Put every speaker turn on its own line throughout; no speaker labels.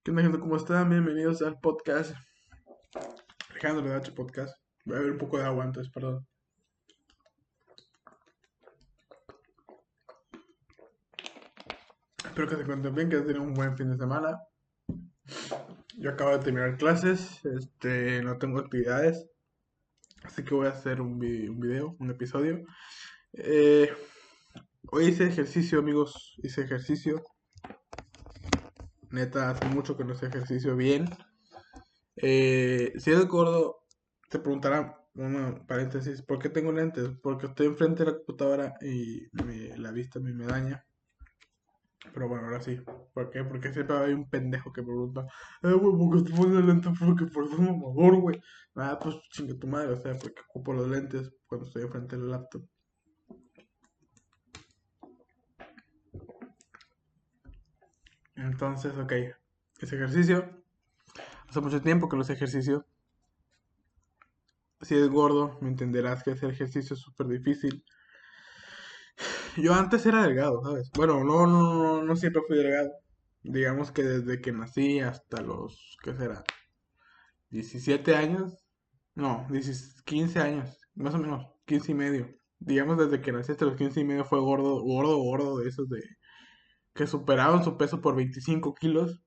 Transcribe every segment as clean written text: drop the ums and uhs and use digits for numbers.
¿Qué onda, gente? ¿Cómo están? Bienvenidos al podcast Alejandro de H Podcast. Voy a beber un poco de agua antes, perdón. Espero que se encuentren bien, que tengan un buen fin de semana. Yo acabo de terminar clases, no tengo actividades, así que voy a hacer un video, un episodio. Eh, Hoy hice ejercicio, amigos, hice ejercicio. Neta, hace mucho que no hice ejercicio bien. Si eres gordo, te preguntarán, bueno, paréntesis, ¿por qué tengo lentes? Porque estoy enfrente de la computadora y la vista me daña. Pero bueno, ahora sí. ¿Por qué? Porque siempre hay un pendejo que pregunta, güey, ¿por qué te pones lentes? Porque por eso es mamador, güey. Ah, pues chinga tu madre, o sea, porque ocupo los lentes cuando estoy enfrente del laptop. Entonces, ok. Ese ejercicio. Hace mucho tiempo que no hace ejercicio. Si eres gordo, me entenderás que hacer ejercicio es súper difícil. Yo antes era delgado, ¿sabes? Bueno, no siempre fui delgado. Digamos que desde que nací hasta los, ¿qué será? 17 años. No, 15 años. Más o menos, 15 y medio. Digamos desde que nací hasta los 15 y medio fue gordo de esos de que superaban su peso por 25 kilos.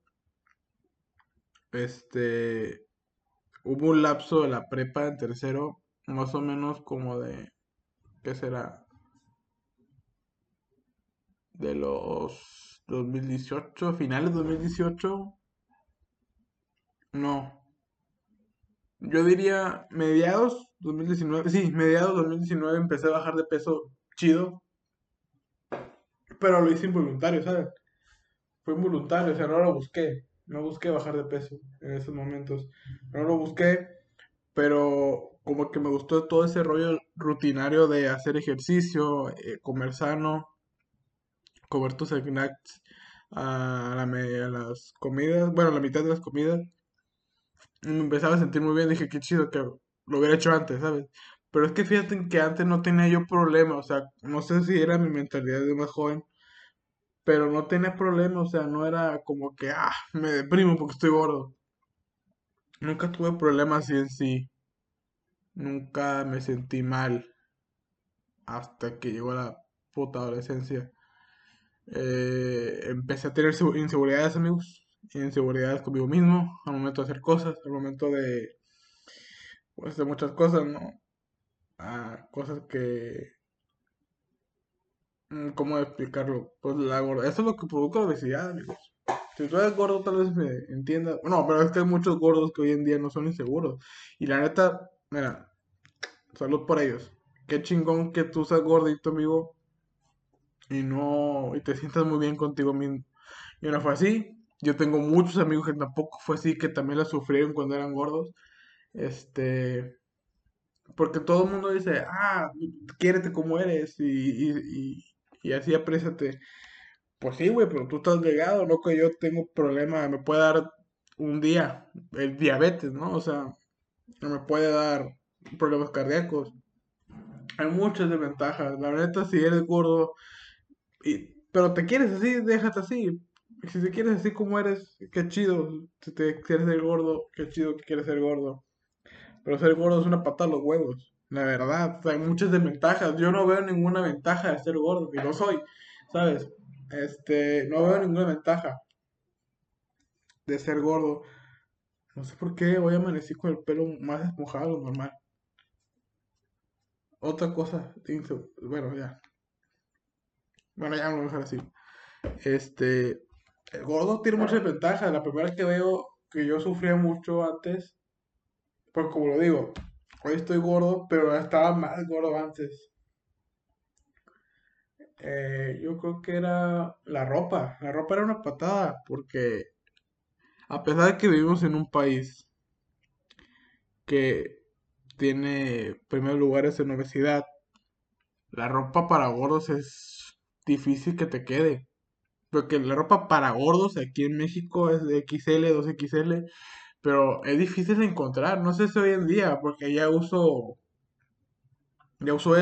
Este, Hubo un lapso de la prepa en tercero, más o menos como de, ¿qué será? De los 2018, finales de 2018. No, yo diría mediados 2019. Sí, mediados 2019 empecé a bajar de peso chido, pero lo hice involuntario, ¿sabes? Fue involuntario, o sea, no lo busqué. No busqué bajar de peso en esos momentos. No lo busqué, pero como que me gustó todo ese rollo rutinario de hacer ejercicio, comer sano, comer tus snacks a las comidas, bueno, a la mitad de las comidas. Y me empezaba a sentir muy bien, dije, qué chido que lo hubiera hecho antes, ¿sabes? Pero es que fíjate que antes no tenía yo problema, o sea, no sé si era mi mentalidad de más joven, pero no tenía problema, o sea, no era como que, me deprimo porque estoy gordo. Nunca tuve problemas así en sí, nunca me sentí mal hasta que llegó la puta adolescencia. Empecé a tener inseguridades, amigos, inseguridades conmigo mismo, al momento de hacer cosas, al momento de, pues, de muchas cosas, ¿no? Cosas que, ¿cómo explicarlo? Pues la gorda, eso es lo que provoca la obesidad, amigos. Si tú eres gordo, tal vez me entiendas. No, pero es que hay muchos gordos que hoy en día no son inseguros. Y la neta, mira, salud por ellos. Qué chingón que tú seas gordito, amigo, y no, y te sientas muy bien contigo mismo. Yo no fue así. Yo tengo muchos amigos que tampoco fue así, que también la sufrieron cuando eran gordos. Este, Porque todo el mundo dice, quiérete como eres y así apréciate. Pues sí, güey, pero tú estás delgado, no que yo tengo problema, me puede dar un día el diabetes, ¿no? O sea, no me puede dar problemas cardíacos. Hay muchas desventajas. La neta, si eres gordo, pero te quieres así, déjate así. Si te quieres así como eres, qué chido. Si te quieres ser gordo, qué chido que quieres ser gordo. Pero ser gordo es una patada a los huevos. La verdad, o sea, hay muchas desventajas. Yo no veo ninguna ventaja de ser gordo, y lo soy, ¿sabes? No veo ninguna ventaja de ser gordo. No sé por qué hoy amanecí con el pelo más mojado de lo normal. Otra cosa, bueno, ya. Bueno, ya me voy a dejar así. Este, el gordo tiene muchas ventajas. La primera que veo que yo sufría mucho antes, pues como lo digo, hoy estoy gordo, pero estaba más gordo antes. Yo creo que era la ropa. La ropa era una patada, porque a pesar de que vivimos en un país que tiene primeros lugares en obesidad, la ropa para gordos es difícil que te quede. Porque la ropa para gordos aquí en México es de XL, 2XL, pero es difícil de encontrar. No sé si hoy en día, porque ya uso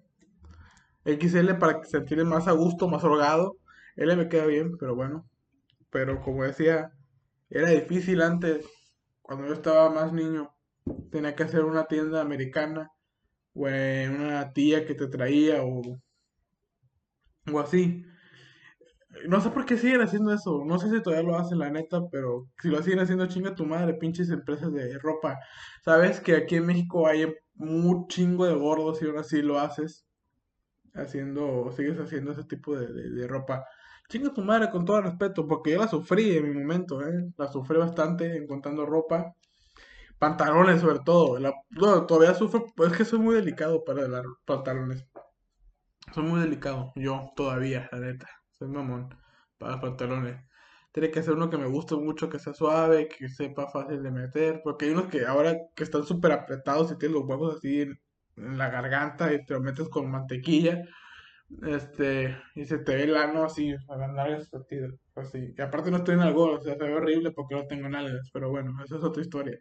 XL para que sentir más a gusto, más holgado. L me queda bien, pero bueno. Pero como decía, Era difícil antes, cuando yo estaba más niño. Tenía que hacer una tienda americana o en una tía que te traía o así. No sé por qué siguen haciendo eso. No sé si todavía lo hacen, la neta, pero si lo siguen haciendo, chinga tu madre, pinches empresas de ropa. Sabes que aquí en México hay un chingo de gordos y aún así lo haces, sigues haciendo ese tipo de ropa. Chinga tu madre con todo respeto, porque yo la sufrí en mi momento, ¿eh? La sufrí bastante encontrando ropa. Pantalones sobre todo. No, todavía sufro, pues es que soy muy delicado para los pantalones. Soy muy delicado, yo todavía, la neta. Soy mamón para los pantalones. Tiene que ser uno que me guste mucho, que sea suave, que sepa fácil de meter. Porque hay unos que ahora que están súper apretados y tienen los huevos así en la garganta y te lo metes con mantequilla. Y se te ve el ano así, a las nalgas partidas, así. Y aparte no estoy en algo, o sea, se ve horrible porque no tengo nalgas. Pero bueno, esa es otra historia.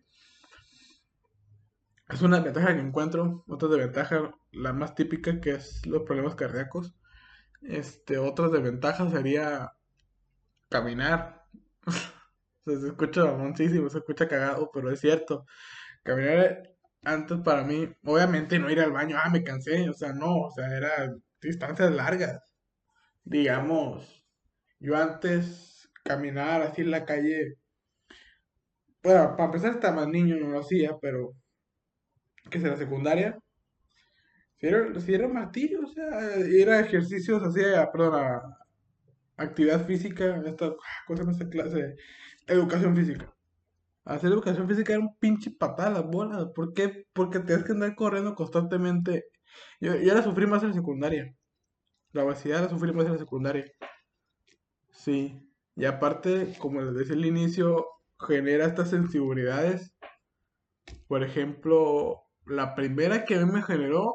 Es una desventaja que encuentro. Otra desventaja, la más típica, que es los problemas cardíacos. Otra desventaja sería caminar. O sea, se escucha mamoncísimo, se escucha cagado, pero es cierto. Caminar antes para mí, obviamente no ir al baño, me cansé, o sea, no, o sea, era distancias largas. Digamos, yo antes caminar así en la calle, bueno, para empezar estaba más niño, no lo hacía, pero que es la secundaria, si era un martirio, o sea, era ejercicios, hacía, perdón, actividad física, esta cosa, esta clase, educación física. Hacer educación física era un pinche patada a las bolas. ¿Por qué? Porque tienes que andar corriendo constantemente. Yo la sufrí más en la secundaria. La obesidad la sufrí más en la secundaria. Sí. Y aparte, como les decía al inicio, genera estas inseguridades. Por ejemplo, la primera que a mí me generó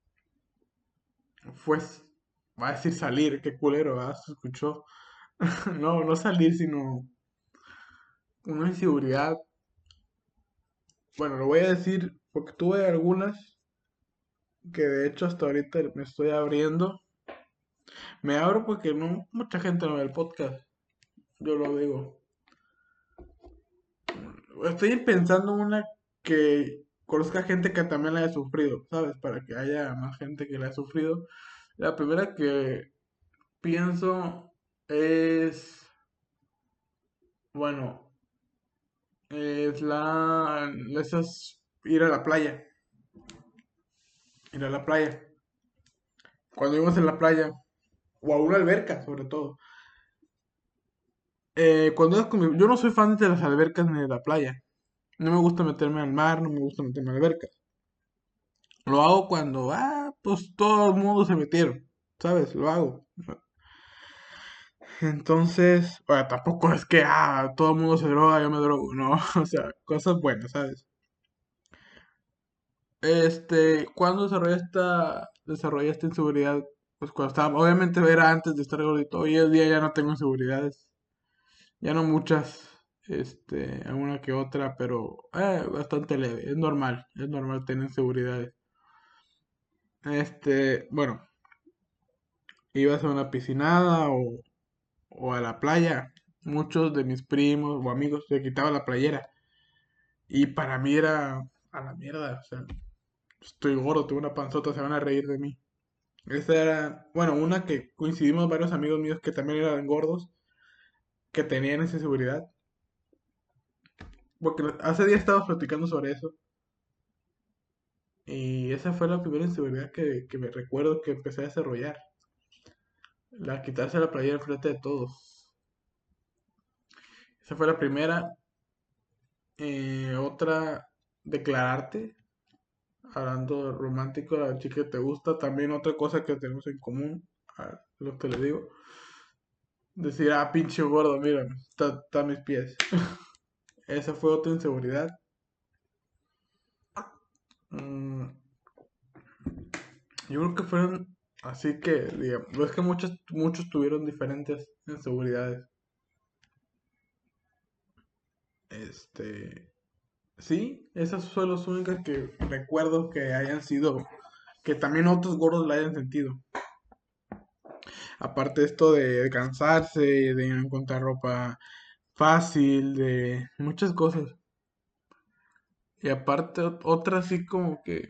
fue, va a decir salir, qué culero, ¿verdad? Se escuchó. No, no salir, sino una inseguridad. Bueno, lo voy a decir porque tuve algunas que de hecho hasta ahorita me estoy abriendo. Me abro porque no mucha gente no ve el podcast, yo lo digo. Estoy pensando una que conozca gente que también la haya sufrido, ¿sabes? Para que haya más gente que la haya sufrido. La primera que pienso es, bueno, es esas, ir a la playa. Cuando íbamos en la playa, o a una alberca, sobre todo. Yo no soy fan de las albercas ni de la playa. No me gusta meterme al mar, no me gusta meterme a albercas. Lo hago cuando, pues todo el mundo se metieron, ¿sabes? Lo hago. Entonces, bueno, tampoco es que, todo el mundo se droga, yo me drogo, no, o sea, cosas buenas, ¿sabes? ¿Cuándo desarrollé esta inseguridad? Pues cuando estaba, obviamente era antes de estar gordito, hoy en día ya no tengo inseguridades, ya no muchas, alguna que otra, pero bastante leve, es normal tener inseguridades. Bueno, ibas a una piscinada o a la playa, muchos de mis primos o amigos se quitaban la playera. Y para mí era a la mierda, o sea, estoy gordo, tengo una panzota, se van a reír de mí. Esa era, bueno, una que coincidimos varios amigos míos que también eran gordos, que tenían esa inseguridad. Porque hace días estábamos platicando sobre eso. Y esa fue la primera inseguridad que me recuerdo que empecé a desarrollar. La quitarse la playera enfrente de todos. Esa fue la primera. Otra, declararte, hablando romántico, a la chica que te gusta. También otra cosa que tenemos en común, lo que le digo. Decir, pinche gordo, mira, está a mis pies. Esa fue otra inseguridad. Mm, yo creo que fueron así que, digamos, es que muchos tuvieron diferentes inseguridades. Este, sí, esas son las únicas que recuerdo que hayan sido, que también otros gordos la hayan sentido. Aparte esto de cansarse, de no encontrar ropa fácil, de muchas cosas. Y aparte otra así como que,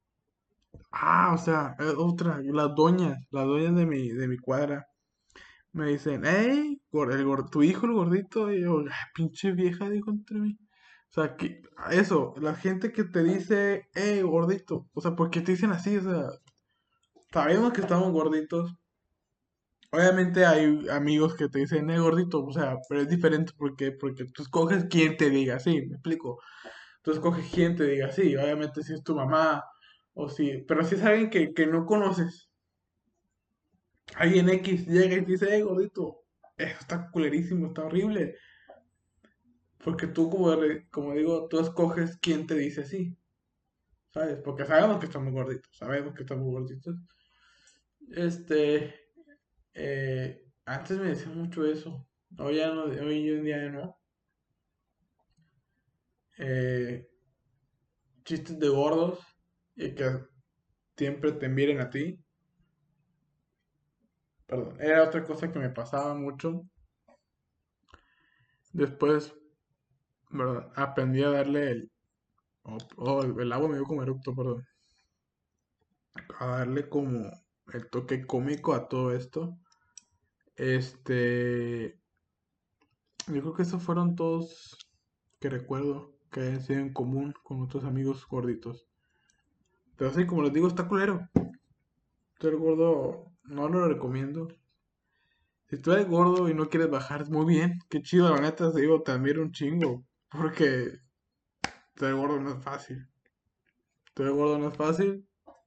o sea, otra, las doñas de mi cuadra, me dicen, hey, tu hijo el gordito, y yo, pinche vieja, dijo entre mí. O sea, que eso, la gente que te dice, hey, gordito, o sea, ¿por qué te dicen así? O sea, sabemos que estamos gorditos. Obviamente hay amigos que te dicen, gordito, o sea, pero es diferente porque tú escoges quién te diga así, me explico. Tú escoges quién te diga así, obviamente si es tu mamá o si, pero si es alguien que no conoces, alguien X llega y te dice, gordito, eso está culerísimo, está horrible, porque tú como digo, tú escoges quién te dice así, ¿sabes? Porque sabemos que estamos gorditos. Este, antes me decían mucho eso, hoy ya no, hoy en día ya no. Eh, Chistes de gordos y que siempre te miren a ti. Perdón, era otra cosa que me pasaba mucho. Después, ¿verdad? Aprendí a darle el agua me dio como eructo, perdón. A darle como el toque cómico a todo esto. Yo creo que esos fueron todos que recuerdo que hayan sido en común con otros amigos gorditos. Pero así como les digo, está culero. Ser gordo no lo recomiendo. Si tú eres gordo y no quieres bajar, muy bien. Qué chido, la neta, te digo, te admiro un chingo. Porque ser gordo no es fácil. Ser gordo no es fácil.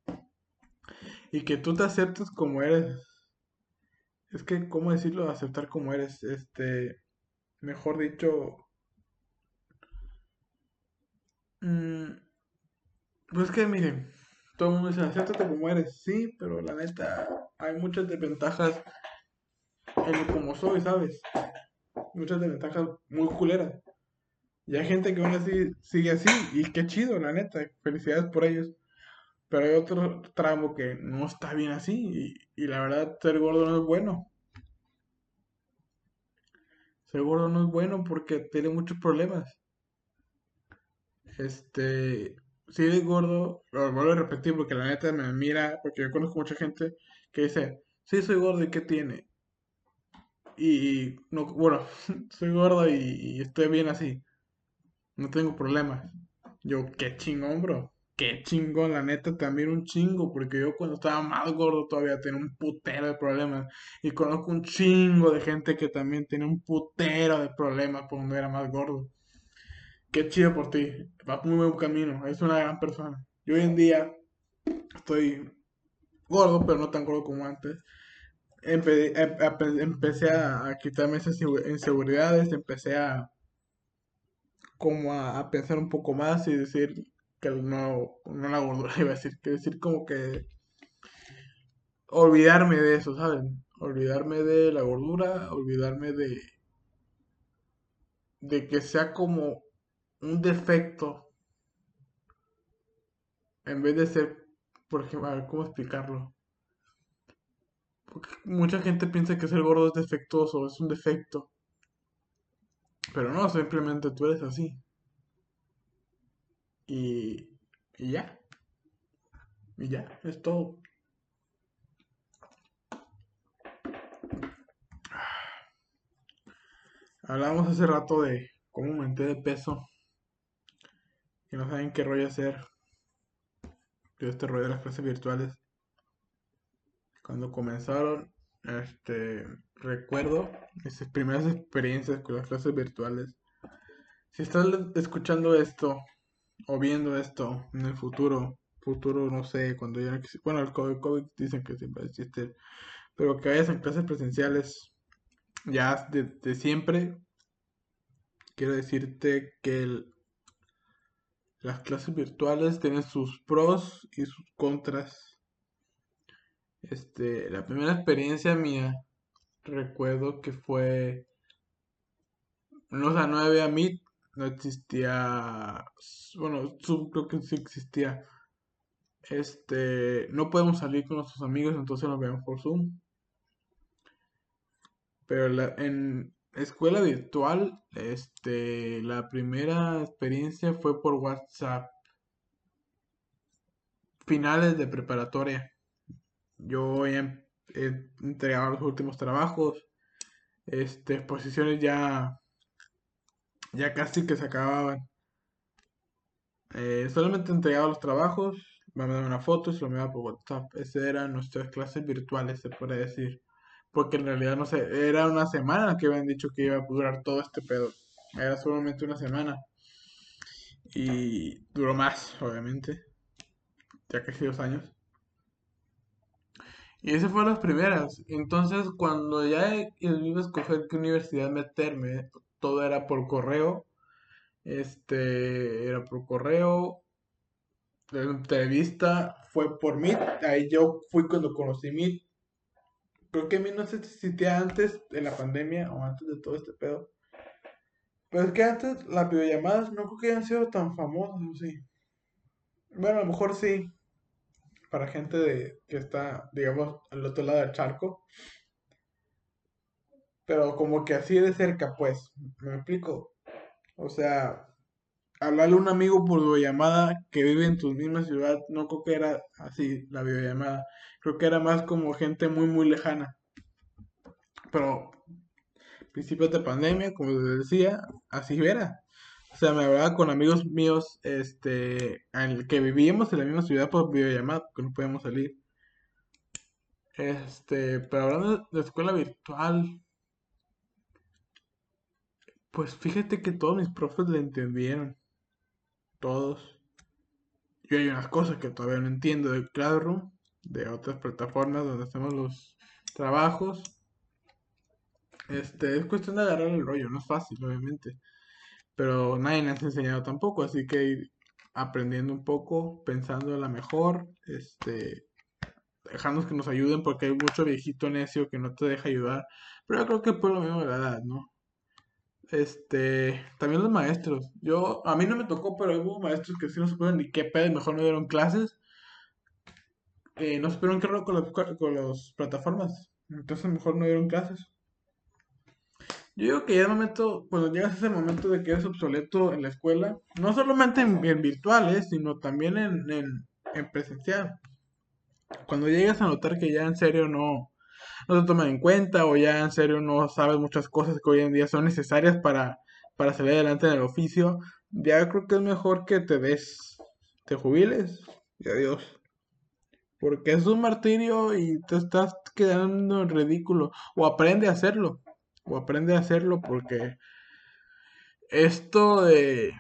Y que tú te aceptes como eres. Es que, ¿cómo decirlo? Aceptar como eres. Mejor dicho. mm, pues que miren, todo el mundo dice, acéptate como eres. Sí, pero la neta, hay muchas desventajas en como soy, ¿sabes? Muchas desventajas muy culeras. Y hay gente que aún así sigue así. Y qué chido, la neta. Felicidades por ellos. Pero hay otro tramo que no está bien así. Y la verdad, ser gordo no es bueno. Ser gordo no es bueno porque tiene muchos problemas. Este, si eres gordo, lo vuelvo a repetir porque la neta me mira, porque yo conozco mucha gente que dice, sí, soy gordo y ¿qué tiene? Y no, bueno, soy gordo y estoy bien así, no tengo problemas. Yo, qué chingón, bro. Qué chingón, la neta también un chingo, porque yo cuando estaba más gordo todavía tenía un putero de problemas. Y conozco un chingo de gente que también tiene un putero de problemas por cuando era más gordo. Qué chido por ti, vas muy buen camino, es una gran persona. Yo hoy en día estoy gordo, pero no tan gordo como antes. Empecé a quitarme esas inseguridades, empecé a pensar un poco más y decir que no la gordura, iba a decir, que decir como que olvidarme de eso, ¿saben? Olvidarme de la gordura, olvidarme de que sea como un defecto en vez de ser, por ejemplo, a ver, ¿cómo explicarlo? Porque mucha gente piensa que ser gordo es defectuoso, es un defecto. Pero no, simplemente tú eres así. Y, y ya, y ya, es todo. Hablamos hace rato de cómo aumenté de peso y no saben qué rollo hacer. Yo este rollo de las clases virtuales. Cuando comenzaron, recuerdo mis primeras experiencias con las clases virtuales. Si estás escuchando esto o viendo esto en el futuro no sé, cuando ya no existe, bueno, el COVID dicen que siempre existe, pero que vayas en clases presenciales ya de siempre, quiero decirte que las clases virtuales tienen sus pros y sus contras. La primera experiencia mía, recuerdo que fue, no, o sea, no había Meet, no existía, bueno, Zoom creo que sí existía. No podemos salir con nuestros amigos, entonces nos vemos por Zoom. Pero Escuela virtual, la primera experiencia fue por WhatsApp, finales de preparatoria. Yo ya he entregado los últimos trabajos, exposiciones ya casi que se acababan. Solamente entregaba los trabajos, me mandaban una foto y se lo enviaba por WhatsApp. Esas eran nuestras clases virtuales, se puede decir. Porque en realidad, no sé, era una semana que habían dicho que iba a durar todo este pedo. Era solamente una semana. Y duró más, obviamente, ya casi 2 años. Y esas fueron las primeras. Entonces, cuando ya iba a escoger qué universidad meterme, todo era por correo. Era por correo. La entrevista fue por Meet. Ahí yo fui cuando conocí Meet. Creo que Meet no sé si existía antes de la pandemia o antes de todo este pedo. Pero es que antes las videollamadas no creo que hayan sido tan famosas, ¿o sí? Bueno, a lo mejor sí, para gente que está, digamos, al otro lado del charco. Pero como que así de cerca, pues, me explico. O sea, hablarle a un amigo por videollamada que vive en tu misma ciudad, no creo que era así la videollamada. Creo que era más como gente muy, muy lejana. Pero principios de pandemia, como les decía, así era. O sea, me hablaba con amigos míos, que vivíamos en la misma ciudad por videollamada, porque no podíamos salir. Pero hablando de escuela virtual, pues fíjate que todos mis profes le entendieron, todos. Yo hay unas cosas que todavía no entiendo de Classroom, de otras plataformas donde hacemos los trabajos. Es cuestión de agarrar el rollo, no es fácil, obviamente. Pero nadie nos ha enseñado tampoco, así que ir aprendiendo un poco, pensando a la mejor, dejando que nos ayuden porque hay mucho viejito necio que no te deja ayudar. Pero yo creo que por lo mismo de la edad, ¿no? También los maestros. A mí no me tocó, pero hubo maestros que sí no supieron ni qué pedo, y mejor no dieron clases. No supieron qué rollo con las plataformas. Entonces mejor no dieron clases. Yo digo que ya el momento, cuando llegas a ese momento de que eres obsoleto en la escuela, no solamente en virtuales, sino también en presencial. Cuando llegas a notar que ya en serio no te toman en cuenta o ya en serio no sabes muchas cosas que hoy en día son necesarias para salir adelante en el oficio, ya creo que es mejor que te jubiles y adiós. Porque es un martirio y te estás quedando en ridículo. O aprende a hacerlo. O aprende a hacerlo porque esto de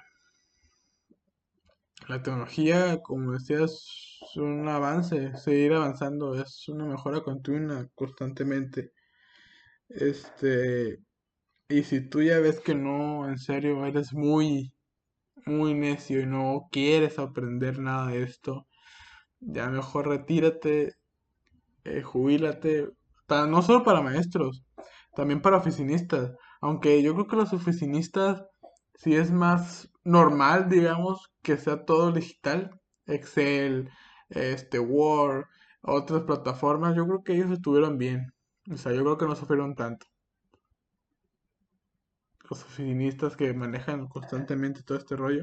la tecnología, como decías, es un avance, seguir avanzando, es una mejora continua constantemente. Este, y si tú ya ves que no, en serio, eres muy, muy necio y no quieres aprender nada de esto, ya mejor retírate, jubílate, no solo para maestros, también para oficinistas. Aunque yo creo que los oficinistas sí es más normal, digamos, que sea todo digital, Excel, Word, otras plataformas, yo creo que ellos estuvieron bien. O sea, yo creo que no sufrieron tanto. Los oficinistas que manejan constantemente todo este rollo.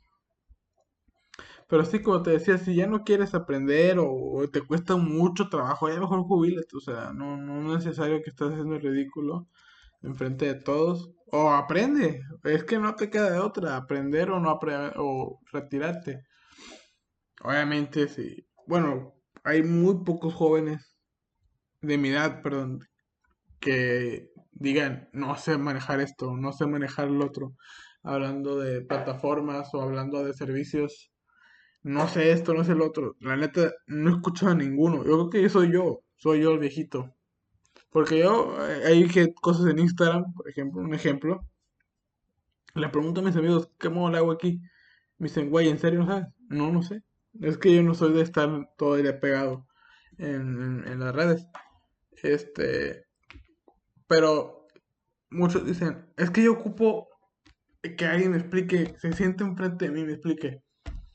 Pero sí, como te decía, si ya no quieres aprender o te cuesta mucho trabajo, ya mejor jubílate. O sea, no es necesario que estés haciendo el ridículo enfrente de todos. O aprende. Es que no te queda de otra. Aprender o no o retirarte. Obviamente, sí. Bueno, hay muy pocos jóvenes de mi edad, perdón, que digan, no sé manejar esto, no sé manejar el otro. Hablando de plataformas o hablando de servicios, no sé esto, no sé el otro. La neta, no he escuchado a ninguno. Yo creo que soy yo el viejito. Porque yo, hay cosas en Instagram, por ejemplo, un ejemplo. Le pregunto a mis amigos, ¿qué modo le hago aquí? Me dicen, güey, ¿en serio no sabes? No, no sé. Es que yo no soy de estar todo el día pegado en las redes. Este, pero muchos dicen, es que yo ocupo que alguien me explique, se siente enfrente de mí y me explique.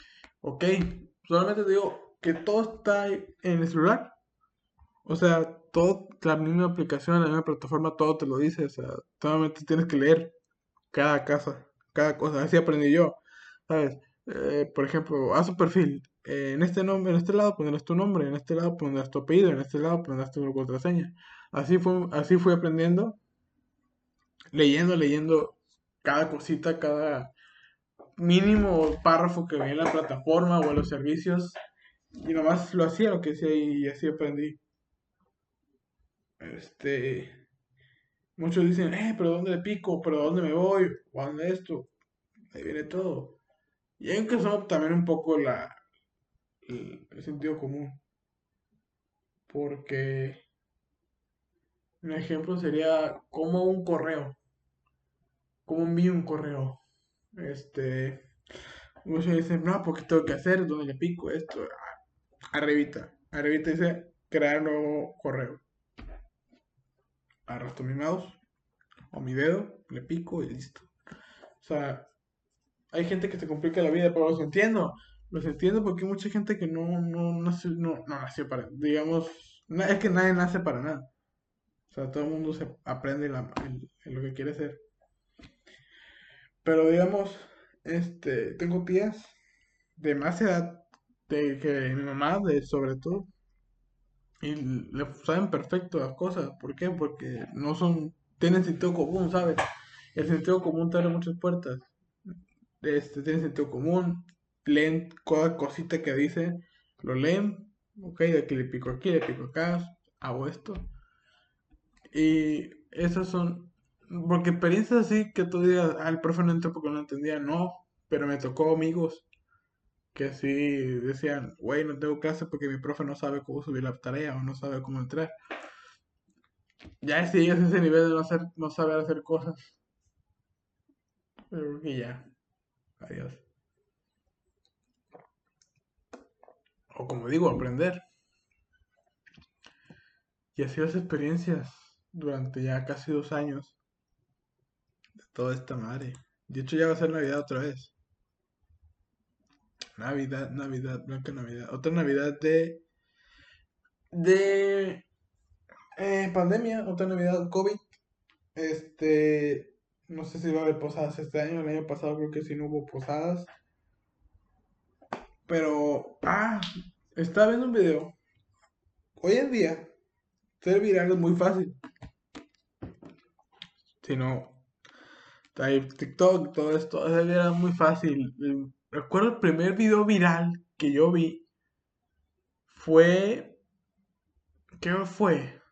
Ok, solamente te digo que todo está en el celular. O sea, todo, la misma aplicación, la misma plataforma, todo te lo dice, o sea, solamente tienes que leer cada casa, cada cosa, así aprendí yo, ¿sabes? Por ejemplo, haz un perfil, en este nombre, en este lado pondrás tu nombre, en este lado pondrás tu apellido, en este lado pondrás tu contraseña. Así fui aprendiendo, leyendo cada cosita, cada mínimo párrafo que veía en la plataforma o en los servicios, y nomás lo hacía lo que decía y así aprendí. Este, muchos dicen, pero ¿dónde le pico? ¿Pero dónde me voy? ¿O dónde esto? Ahí viene todo. Y hay que usar también un poco el sentido común. Porque un ejemplo sería como un correo. ¿Cómo envío un correo? Este, muchos dicen, no, porque tengo que hacer, ¿dónde le pico esto? Arribita. Arribita dice crear nuevo correo. Arrastro mi mouse o mi dedo, le pico y listo. O sea, hay gente que se complica la vida, pero los entiendo. Los entiendo porque hay mucha gente que no nació para, digamos, es que nadie nace para nada. O sea, todo el mundo se aprende en lo que quiere ser. Pero digamos, tengo tías de más edad que mi mamá, sobre todo, y le saben perfecto las cosas. ¿Por qué? Porque no son, tienen sentido común, ¿sabes? El sentido común te abre muchas puertas. Tienen sentido común, leen cada cosita que dice, lo leen, ok, de aquí le pico acá, hago esto. Y esas son, porque experiencias así que tú digas, el profe no entró porque no entendía, no, pero me tocó amigos que sí decían, güey, no tengo clase porque mi profe no sabe cómo subir la tarea o no sabe cómo entrar. Ya si llegas a ese nivel de no saber hacer cosas, pero creo que ya, adiós. O como digo, aprender. Y así las experiencias durante ya casi 2 años de toda esta madre. De hecho ya va a ser Navidad otra vez. Navidad, Blanca Navidad. Otra Navidad de pandemia, otra Navidad COVID. Este, no sé si va a haber posadas este año. El año pasado creo que sí no hubo posadas. Pero, estaba viendo un video. Hoy en día, ser viral es muy fácil. Si no, hay TikTok, todo esto, era muy fácil. Recuerdo el primer video viral que yo vi fue, ¿qué fue?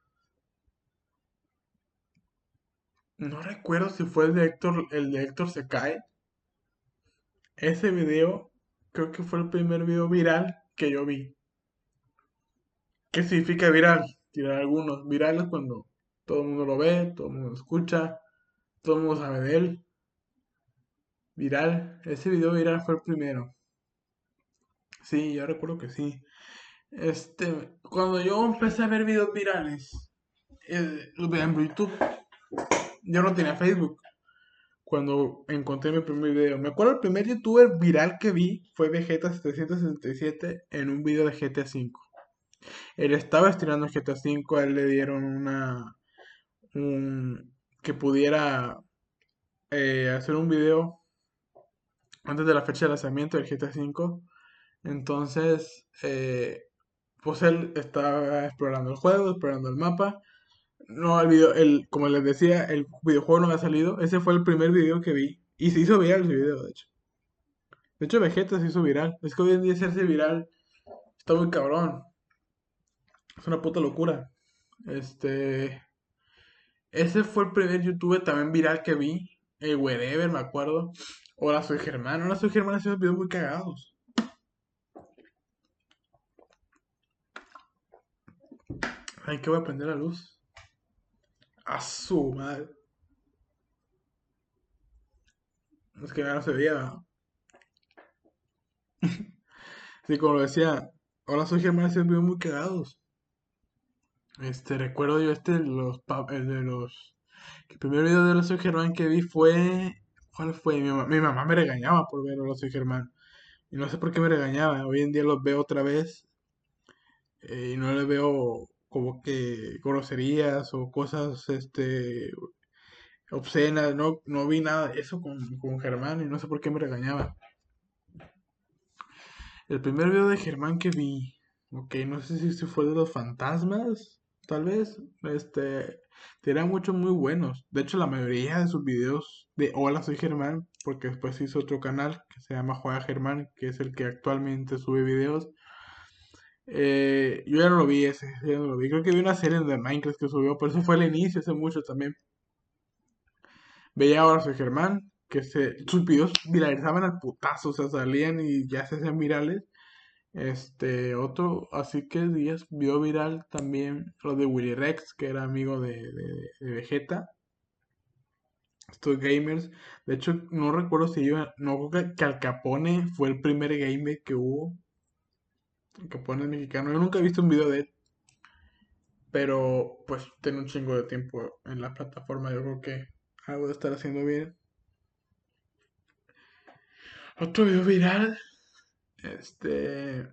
No recuerdo si fue el de Héctor se cae. Ese video creo que fue el primer video viral que yo vi. ¿Qué significa viral? Tirar algunos. Viral es cuando todo el mundo lo ve, todo el mundo lo escucha, todo el mundo sabe de él. Viral, ese video viral fue el primero. Sí, yo recuerdo que sí. Cuando yo empecé a ver videos virales, los veía en YouTube. Yo no tenía Facebook cuando encontré mi primer video. Me acuerdo el primer youtuber viral que vi fue Vegeta767 en un video de GTA V. Él estaba estrenando GTA V, a él le dieron que pudiera hacer un video antes de la fecha de lanzamiento del GTA V. Entonces, pues él estaba explorando el juego, explorando el mapa. No, como les decía, el videojuego no había salido. Ese fue el primer video que vi. Y se hizo viral ese video, de hecho. De hecho, Vegeta se hizo viral. Es que hoy en día hacerse viral está muy cabrón. Es una puta locura. Este. Ese fue el primer youtuber también viral que vi. El Wherever, me acuerdo. Hola, soy Germán. Hola, soy Germán. Hace unos videos muy cagados. Ay, que voy a prender la luz. A su madre. Es que ya no se veía. Sí, como lo decía. Hola, soy Germán. Hace videos muy cagados. Recuerdo yo el de los. El primer video de Hola, soy Germán que vi fue. ¿Cuál fue? Mi mamá me regañaba por ver Hola, soy Germán. Y no sé por qué me regañaba. Hoy en día los veo otra vez. Y no le veo. como que groserías o cosas, obscenas, no vi nada de eso con Germán y no sé por qué me regañaba. El primer video de Germán que vi, ok, no sé si fue de los fantasmas, tal vez, tenía muchos muy buenos. De hecho, la mayoría de sus videos de Hola, soy Germán, porque después hizo otro canal que se llama Juega Germán, que es el que actualmente sube videos. Yo ya no lo vi ese, ya no lo vi. Creo que vi una serie de Minecraft que subió, pero eso fue el inicio, hace mucho también. Veía ahora soy Germán, sus videos viralizaban al putazo, o sea, salían y ya se hacían virales. Otro, así que días vio viral también lo de Willy Rex, que era amigo de Vegeta. Estos gamers, de hecho, no recuerdo si yo, no creo que Al Capone fue el primer gamer que hubo. Al Capone es mexicano, yo nunca he visto un video de él, pero pues tiene un chingo de tiempo en la plataforma, yo creo que algo de estar haciendo bien. Otro video viral, este,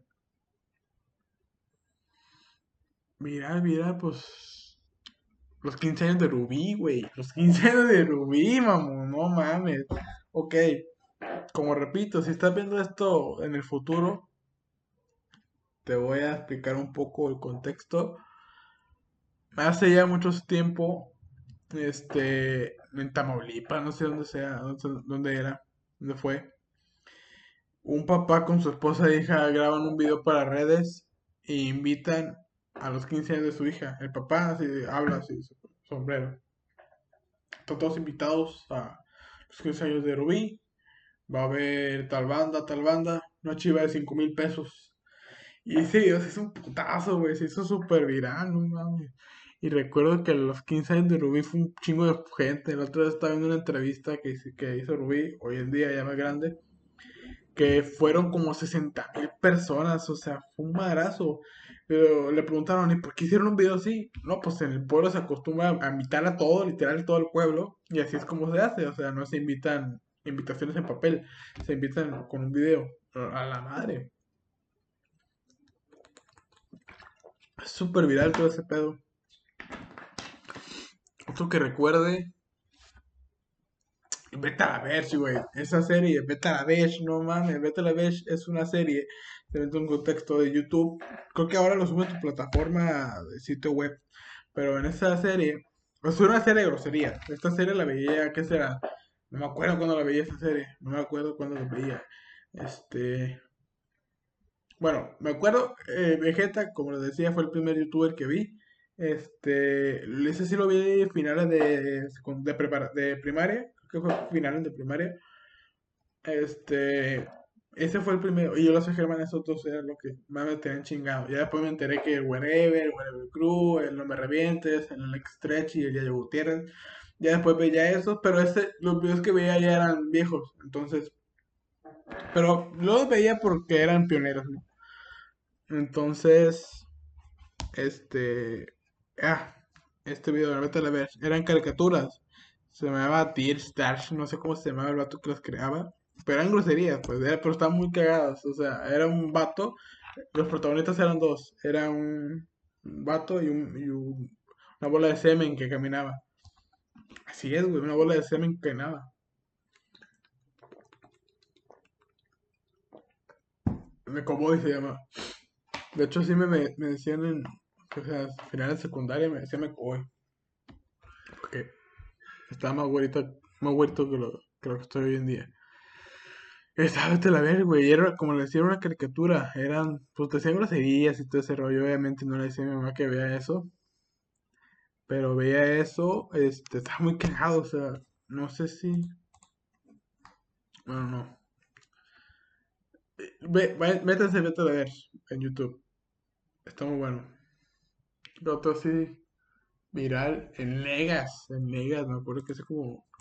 viral, pues los 15 años de Rubí, güey. Los 15 años de Rubí, mamón, no mames. Ok, como repito, si estás viendo esto en el futuro, te voy a explicar un poco el contexto. Hace ya mucho tiempo, en Tamaulipas, no sé dónde sea, dónde era, dónde fue. Un papá con su esposa e hija graban un video para redes e invitan a los 15 años de su hija. El papá así habla así, sombrero. Están todos invitados a los 15 años de Rubí. Va a haber tal banda, una chiva de 5,000 pesos. Y sí, o sea, es un putazo, güey, se hizo súper viral, no mames. Y recuerdo que a los 15 años de Rubí fue un chingo de gente. La otra vez estaba viendo una entrevista que hizo Rubí, hoy en día ya más grande, que fueron como 60,000 personas, o sea, fue un madrazo. Pero le preguntaron, ¿y por qué hicieron un video así? No, pues en el pueblo se acostumbra a invitar a todo, literal, todo el pueblo, y así es como se hace, o sea, no se invitan invitaciones en papel, se invitan con un video. A la madre. Es súper viral todo ese pedo. Otro que recuerde, Vete a la Verge, güey. Esa serie, Vete a la Verge, no mames. Vete a la Verge es una serie, dentro de un contexto de YouTube. Creo que ahora lo sube a tu plataforma de sitio web. Pero en esa serie, pues era una serie de grosería. Esta serie la veía, ¿qué será? No me acuerdo cuándo la veía esa serie. No me acuerdo cuándo la veía. Este. Bueno, me acuerdo, Vegeta, como les decía, fue el primer youtuber que vi. Ese sí lo vi a finales de primaria, creo que fue finales de primaria. Este, ese fue el primero, y yo los Germán, esos dos eran lo que más me tenían chingado. Ya después me enteré que el Wherever Crew, el No Me Revientes, el Alex Stretch y el Yayo Gutiérrez. Ya después veía esos, pero los videos que veía ya eran viejos, entonces, pero los veía porque eran pioneros, ¿no? Entonces, este, ah, este video, vete a ver, eran caricaturas. Se llamaba Dear Stash, no sé cómo se llamaba el vato que las creaba. Pero eran groserías, pues, pero estaban muy cagadas. O sea, era un vato, los protagonistas eran dos. Era un vato una bola de semen que caminaba. Así es, güey, una bola de semen que caminaba. Me Cowboy se llama. De hecho, sí me decían o sea, finales de secundaria me decían me Cowboy. Porque estaba más güerito que lo que estoy hoy en día. Vete a la ver, güey. Era como le decía, era una caricatura. Pues decían groserías y todo ese rollo. Obviamente no le decía a mi mamá que vea eso. Pero veía eso, estaba muy cagado. O sea, no sé si. Bueno, no. Métanse, vete a ver en YouTube. Está muy bueno. Lo otro sí, viral en Legas. En Legas, me acuerdo que hace como